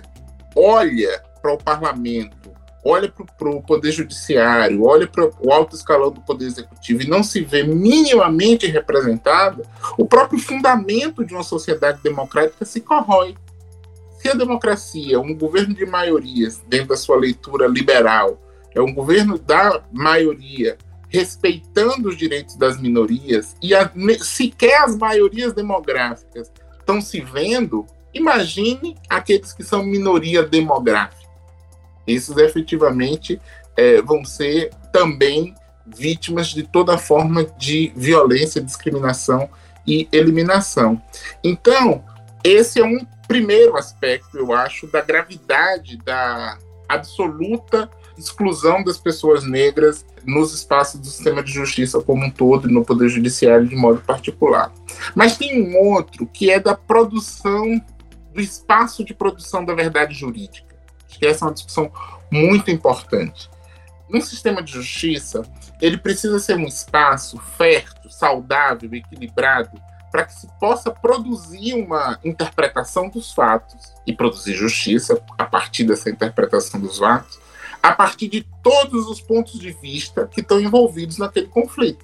olha para o parlamento, olha para o poder judiciário, olha para o alto escalão do poder executivo e não se vê minimamente representada, o próprio fundamento de uma sociedade democrática se corrói. Se a democracia, um governo de maiorias, dentro da sua leitura liberal, é um governo da maioria, respeitando os direitos das minorias, e sequer as maiorias demográficas estão se vendo, imagine aqueles que são minoria demográfica. Esses efetivamente vão ser também vítimas de toda forma de violência, discriminação e eliminação. Então, esse é um primeiro aspecto, eu acho, da gravidade da absoluta exclusão das pessoas negras nos espaços do sistema de justiça como um todo e no poder judiciário de modo particular. Mas tem um outro que é da produção, do espaço de produção da verdade jurídica. Acho que essa é uma discussão muito importante. Um sistema de justiça, ele precisa ser um espaço fértil, saudável, equilibrado, para que se possa produzir uma interpretação dos fatos e produzir justiça a partir dessa interpretação dos fatos, a partir de todos os pontos de vista que estão envolvidos naquele conflito.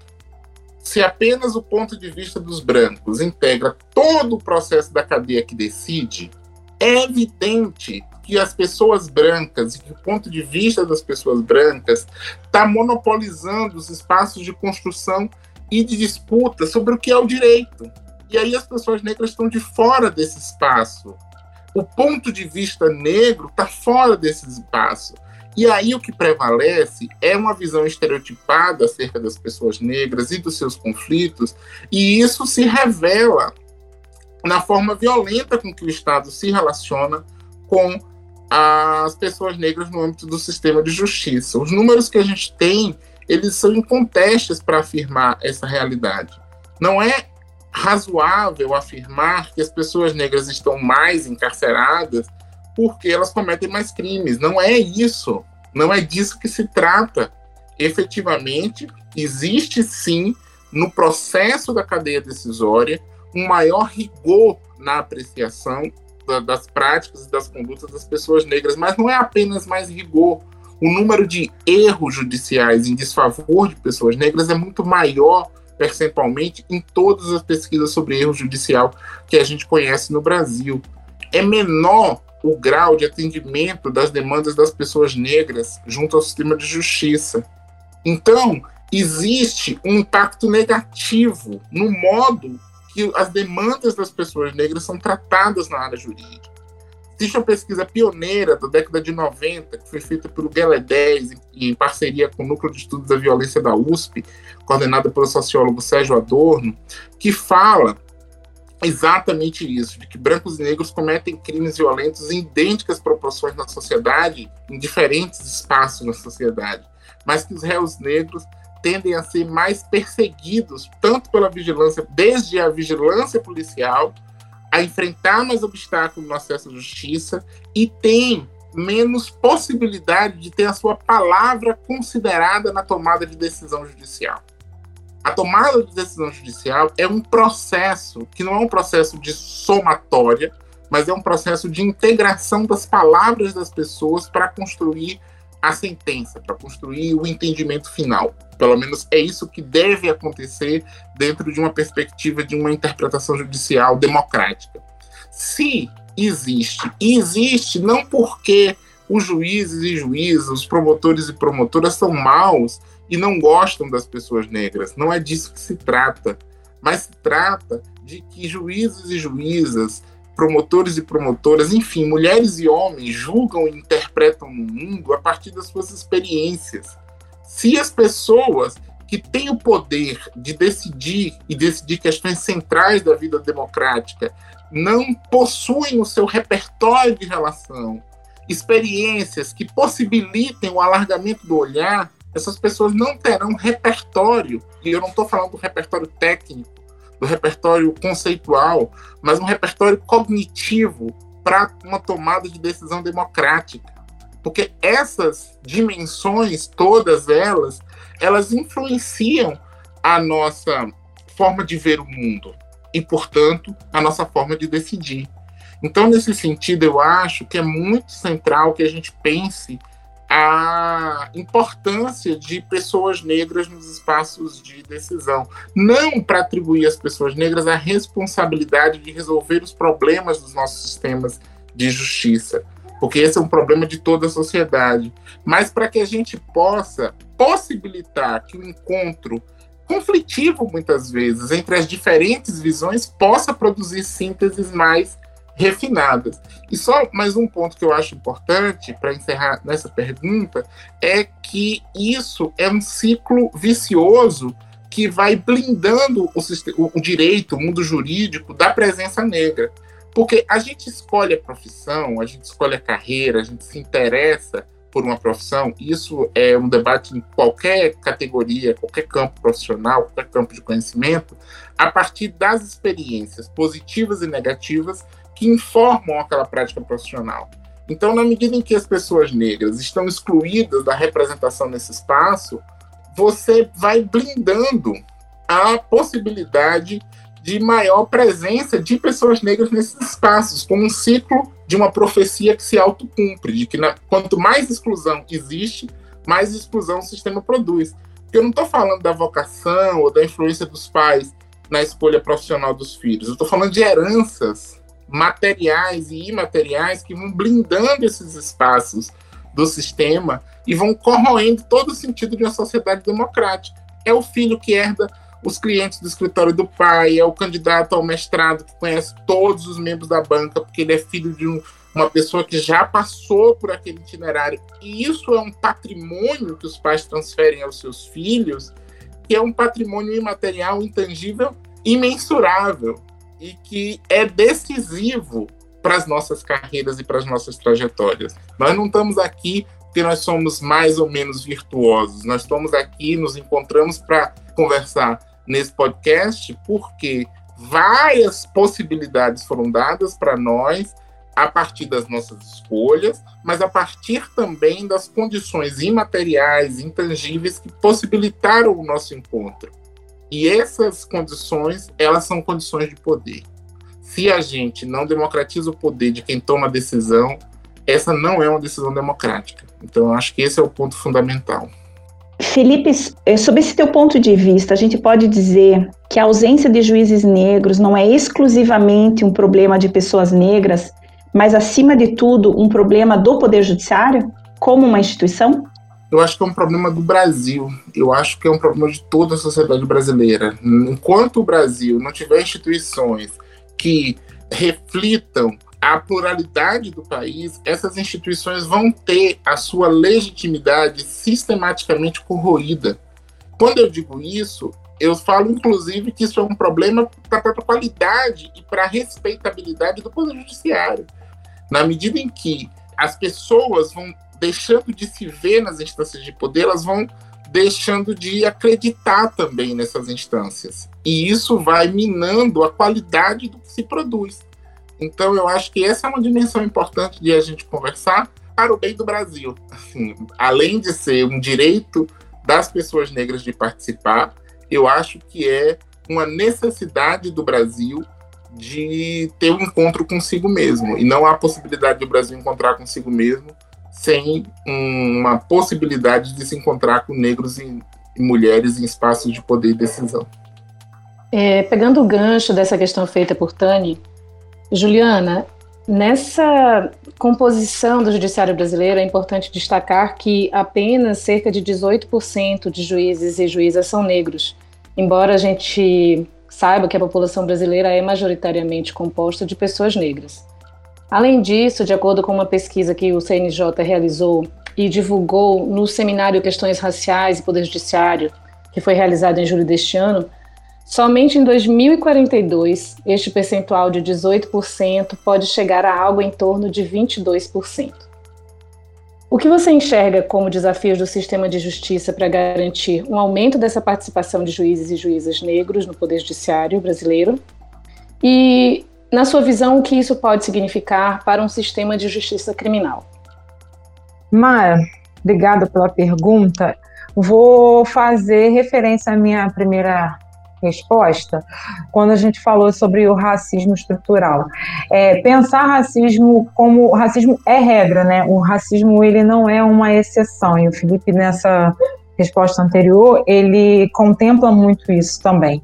Se apenas o ponto de vista dos brancos integra todo o processo da cadeia que decide, é evidente que as pessoas brancas e que o ponto de vista das pessoas brancas está monopolizando os espaços de construção e de disputa sobre o que é o direito. E aí as pessoas negras estão de fora desse espaço. O ponto de vista negro está fora desse espaço. E aí o que prevalece é uma visão estereotipada acerca das pessoas negras e dos seus conflitos, e isso se revela na forma violenta com que o Estado se relaciona com as pessoas negras no âmbito do sistema de justiça. Os números que a gente tem, eles são incontestes para afirmar essa realidade. Não é razoável afirmar que as pessoas negras estão mais encarceradas porque elas cometem mais crimes. Não é isso. Não é disso que se trata. Efetivamente, existe sim, no processo da cadeia decisória, um maior rigor na apreciação das práticas e das condutas das pessoas negras, mas não é apenas mais rigor. O número de erros judiciais em desfavor de pessoas negras é muito maior percentualmente em todas as pesquisas sobre erro judicial que a gente conhece no Brasil. É menor o grau de atendimento das demandas das pessoas negras junto ao sistema de justiça. Então, existe um impacto negativo no modo que as demandas das pessoas negras são tratadas na área jurídica. Existe uma pesquisa pioneira da década de 90, que foi feita pelo GELE 10, em parceria com o Núcleo de Estudos da Violência da USP, coordenada pelo sociólogo Sérgio Adorno, que fala exatamente isso, de que brancos e negros cometem crimes violentos em idênticas proporções na sociedade, em diferentes espaços na sociedade, mas que os réus negros tendem a ser mais perseguidos, tanto pela vigilância, desde a vigilância policial, a enfrentar mais obstáculos no acesso à justiça e tem menos possibilidade de ter a sua palavra considerada na tomada de decisão judicial. A tomada de decisão judicial é um processo que não é um processo de somatória, mas é um processo de integração das palavras das pessoas para construir a sentença, para construir o entendimento final. Pelo menos é isso que deve acontecer dentro de uma perspectiva de uma interpretação judicial democrática. Se existe, e existe não porque os juízes e juízas, os promotores e promotoras são maus e não gostam das pessoas negras, não é disso que se trata, mas se trata de que juízes e juízas, promotores e promotoras, enfim, mulheres e homens julgam e interpretam no mundo a partir das suas experiências. Se as pessoas que têm o poder de decidir e decidir questões centrais da vida democrática não possuem o seu repertório de relação, experiências que possibilitem o alargamento do olhar, essas pessoas não terão repertório, e eu não estou falando do repertório técnico, do repertório conceitual, mas um repertório cognitivo para uma tomada de decisão democrática. Porque essas dimensões, todas elas influenciam a nossa forma de ver o mundo e, portanto, a nossa forma de decidir. Então, nesse sentido, eu acho que é muito central que a gente pense a importância de pessoas negras nos espaços de decisão. Não para atribuir às pessoas negras a responsabilidade de resolver os problemas dos nossos sistemas de justiça, porque esse é um problema de toda a sociedade, mas para que a gente possa possibilitar que o encontro conflitivo, muitas vezes, entre as diferentes visões, possa produzir sínteses mais refinadas. E só mais um ponto que eu acho importante para encerrar nessa pergunta é que isso é um ciclo vicioso que vai blindando o direito, o mundo jurídico da presença negra. Porque a gente escolhe a profissão, a gente escolhe a carreira, a gente se interessa por uma profissão. Isso é um debate em qualquer categoria, qualquer campo profissional, qualquer campo de conhecimento, a partir das experiências positivas e negativas que informam aquela prática profissional. Então, na medida em que as pessoas negras estão excluídas da representação nesse espaço, você vai blindando a possibilidade de maior presença de pessoas negras nesses espaços, como um ciclo de uma profecia que se autocumpre, de que quanto mais exclusão existe, mais exclusão o sistema produz. Porque eu não estou falando da vocação ou da influência dos pais na escolha profissional dos filhos, eu estou falando de heranças materiais e imateriais que vão blindando esses espaços do sistema e vão corroendo todo o sentido de uma sociedade democrática. É o filho que herda os clientes do escritório do pai, é o candidato ao mestrado que conhece todos os membros da banca, porque ele é filho de uma pessoa que já passou por aquele itinerário. E isso é um patrimônio que os pais transferem aos seus filhos, que é um patrimônio imaterial, intangível, imensurável, e que é decisivo para as nossas carreiras e para as nossas trajetórias. Nós não estamos aqui porque nós somos mais ou menos virtuosos, nós estamos aqui, nos encontramos para conversar nesse podcast porque várias possibilidades foram dadas para nós a partir das nossas escolhas, mas a partir também das condições imateriais, intangíveis que possibilitaram o nosso encontro. E essas condições, elas são condições de poder. Se a gente não democratiza o poder de quem toma a decisão, essa não é uma decisão democrática. Então, eu acho que esse é o ponto fundamental. Felipe, sob esse teu ponto de vista, a gente pode dizer que a ausência de juízes negros não é exclusivamente um problema de pessoas negras, mas, acima de tudo, um problema do Poder Judiciário, como uma instituição? Eu acho que é um problema do Brasil. Eu acho que é um problema de toda a sociedade brasileira. Enquanto o Brasil não tiver instituições que reflitam a pluralidade do país, essas instituições vão ter a sua legitimidade sistematicamente corroída. Quando eu digo isso, eu falo, inclusive, que isso é um problema para a própria qualidade e para a respeitabilidade do Poder Judiciário. Na medida em que as pessoas vão deixando de se ver nas instâncias de poder, elas vão deixando de acreditar também nessas instâncias. E isso vai minando a qualidade do que se produz. Então, eu acho que essa é uma dimensão importante de a gente conversar para o bem do Brasil. Assim, além de ser um direito das pessoas negras de participar, eu acho que é uma necessidade do Brasil de ter um encontro consigo mesmo. E não há possibilidade do Brasil encontrar consigo mesmo sem uma possibilidade de se encontrar com negros e mulheres em espaços de poder e decisão. Pegando o gancho dessa questão feita por Tani, Juliana, nessa composição do judiciário brasileiro é importante destacar que apenas cerca de 18% de juízes e juízas são negros, embora a gente saiba que a população brasileira é majoritariamente composta de pessoas negras. Além disso, de acordo com uma pesquisa que o CNJ realizou e divulgou no seminário Questões Raciais e Poder Judiciário, que foi realizado em julho deste ano, somente em 2042, este percentual de 18% pode chegar a algo em torno de 22%. O que você enxerga como desafios do sistema de justiça para garantir um aumento dessa participação de juízes e juízas negros no Poder Judiciário brasileiro? E, na sua visão, o que isso pode significar para um sistema de justiça criminal? Mara, obrigada pela pergunta. Vou fazer referência à minha primeira resposta, quando a gente falou sobre o racismo estrutural. Pensar racismo como... O racismo é regra, né? O racismo, ele não é uma exceção. E o Felipe, nessa resposta anterior, ele contempla muito isso também.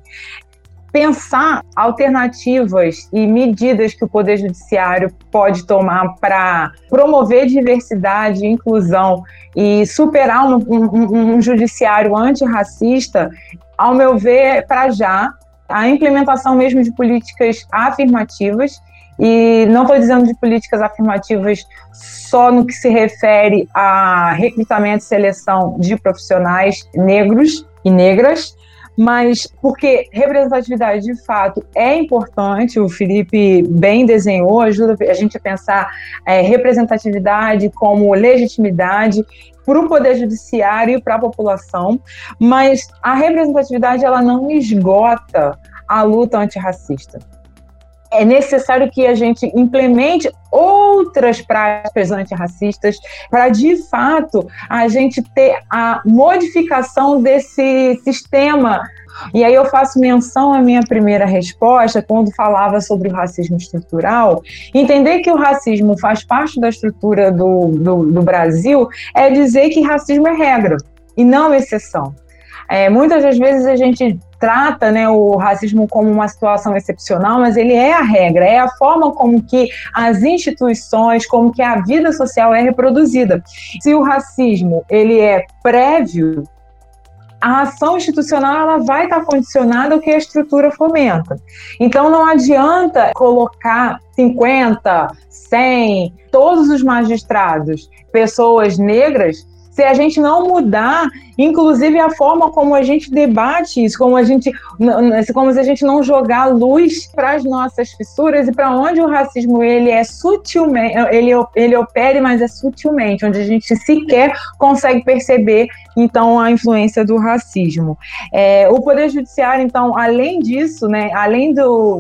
Pensar alternativas e medidas que o Poder Judiciário pode tomar para promover diversidade e inclusão e superar um judiciário antirracista, ao meu ver, para já, a implementação mesmo de políticas afirmativas, e não estou dizendo de políticas afirmativas só no que se refere a recrutamento e seleção de profissionais negros e negras, mas porque representatividade de fato é importante, o Felipe bem desenhou, ajuda a gente a pensar representatividade como legitimidade para o Poder Judiciário e para a população, mas a representatividade ela não esgota a luta antirracista. É necessário que a gente implemente outras práticas antirracistas para, de fato, a gente ter a modificação desse sistema. E aí eu faço menção à minha primeira resposta, quando falava sobre o racismo estrutural. Entender que o racismo faz parte da estrutura do Brasil é dizer que racismo é regra e não exceção. Muitas das vezes a gente trata, né, o racismo como uma situação excepcional, mas ele é a regra, é a forma como que as instituições, como que a vida social é reproduzida. Se o racismo ele é prévio, a ação institucional ela vai estar condicionada ao que a estrutura fomenta. Então não adianta colocar 50, 100, todos os magistrados, pessoas negras, se a gente não mudar, inclusive a forma como a gente debate isso, como se a gente não jogar luz para as nossas fissuras e para onde o racismo ele é sutilmente, ele opere, mas é sutilmente, onde a gente sequer consegue perceber, então, a influência do racismo. O Poder Judiciário, então, além disso, né, além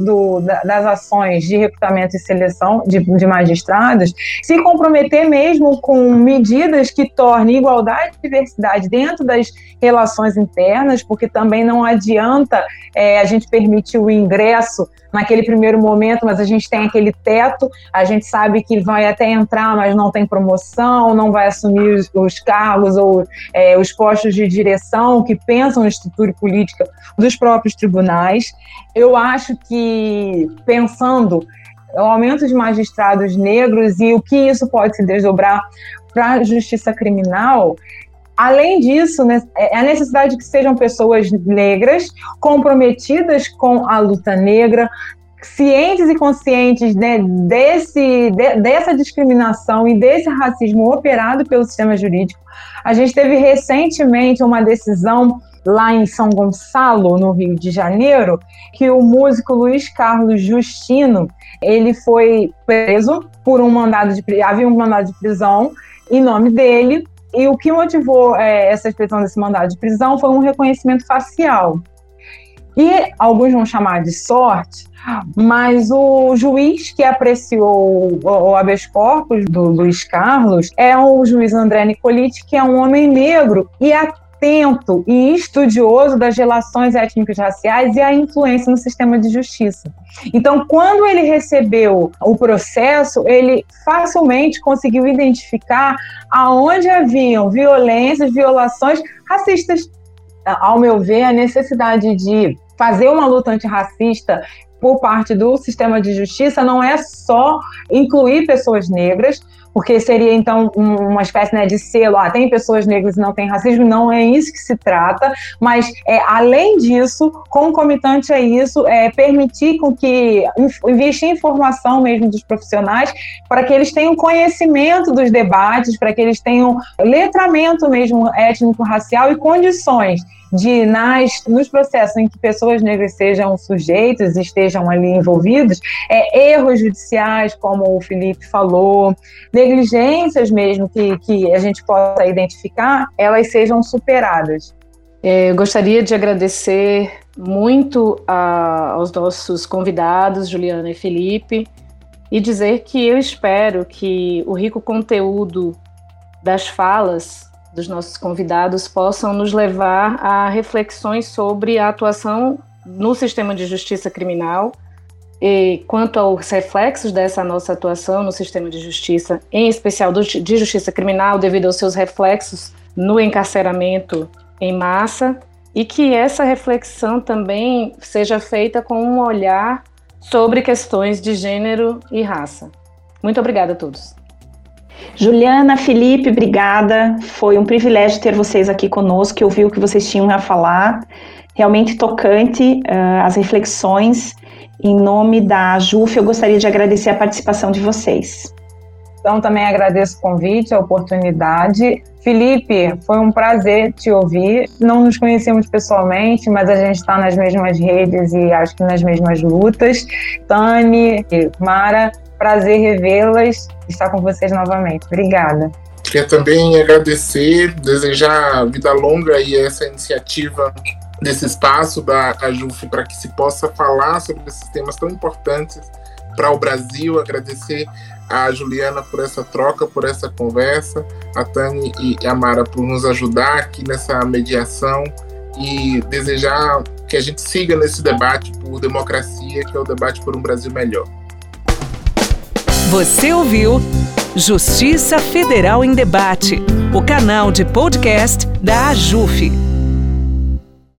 das ações de recrutamento e seleção de magistrados, se comprometer mesmo com medidas que tornem igualdade e diversidade dentro das relações internas, porque também não adianta a gente permitir o ingresso naquele primeiro momento, mas a gente tem aquele teto, a gente sabe que vai até entrar, mas não tem promoção, não vai assumir os cargos ou os postos de direção que pensam na estrutura política dos próprios tribunais. Eu acho que, pensando o aumento de magistrados negros e o que isso pode se desdobrar para a justiça criminal, além disso, né, a necessidade de que sejam pessoas negras, comprometidas com a luta negra, cientes e conscientes, né, dessa discriminação e desse racismo operado pelo sistema jurídico. A gente teve recentemente uma decisão lá em São Gonçalo, no Rio de Janeiro, que o músico Luiz Carlos Justino, ele foi preso por havia um mandado de prisão em nome dele, e o que motivou essa expressão desse mandado de prisão foi um reconhecimento facial. E alguns vão chamar de sorte, mas o juiz que apreciou o habeas corpus do Luiz Carlos é o juiz André Nicoliti, que é um homem negro e atento e estudioso das relações étnicas raciais e a influência no sistema de justiça. Então, quando ele recebeu o processo, ele facilmente conseguiu identificar aonde haviam violências, violações racistas. Ao meu ver, a necessidade de fazer uma luta antirracista por parte do sistema de justiça não é só incluir pessoas negras, porque seria então uma espécie, né, de selo, tem pessoas negras e não tem racismo, não é isso que se trata, mas além disso, concomitante a isso, permitir com que, investir em formação mesmo dos profissionais, para que eles tenham conhecimento dos debates, para que eles tenham letramento mesmo étnico-racial e condições de, nos processos em que pessoas negras sejam sujeitos e estejam ali envolvidos, erros judiciais, como o Felipe falou, negligências mesmo que a gente possa identificar, elas sejam superadas. Eu gostaria de agradecer muito aos nossos convidados, Juliana e Felipe, e dizer que eu espero que o rico conteúdo das falas dos nossos convidados possam nos levar a reflexões sobre a atuação no sistema de justiça criminal e quanto aos reflexos dessa nossa atuação no sistema de justiça, em especial de justiça criminal, devido aos seus reflexos no encarceramento em massa, e que essa reflexão também seja feita com um olhar sobre questões de gênero e raça. Muito obrigada a todos. Juliana, Felipe, obrigada. Foi um privilégio ter vocês aqui conosco, ouvir o que vocês tinham a falar. Realmente tocante as reflexões. Em nome da JUF, eu gostaria de agradecer a participação de vocês. Então, também agradeço o convite, a oportunidade. Felipe, foi um prazer te ouvir. Não nos conhecemos pessoalmente, mas a gente está nas mesmas redes e acho que nas mesmas lutas. Tani e Mara, prazer revê-las e estar com vocês novamente. Obrigada. Queria também agradecer, desejar vida longa e essa iniciativa desse espaço da JUF para que se possa falar sobre esses temas tão importantes para o Brasil. Agradecer a Juliana por essa troca, por essa conversa, a Tani e a Mara por nos ajudar aqui nessa mediação e desejar que a gente siga nesse debate por democracia, que é o debate por um Brasil melhor. Você ouviu Justiça Federal em Debate, o canal de podcast da JUF.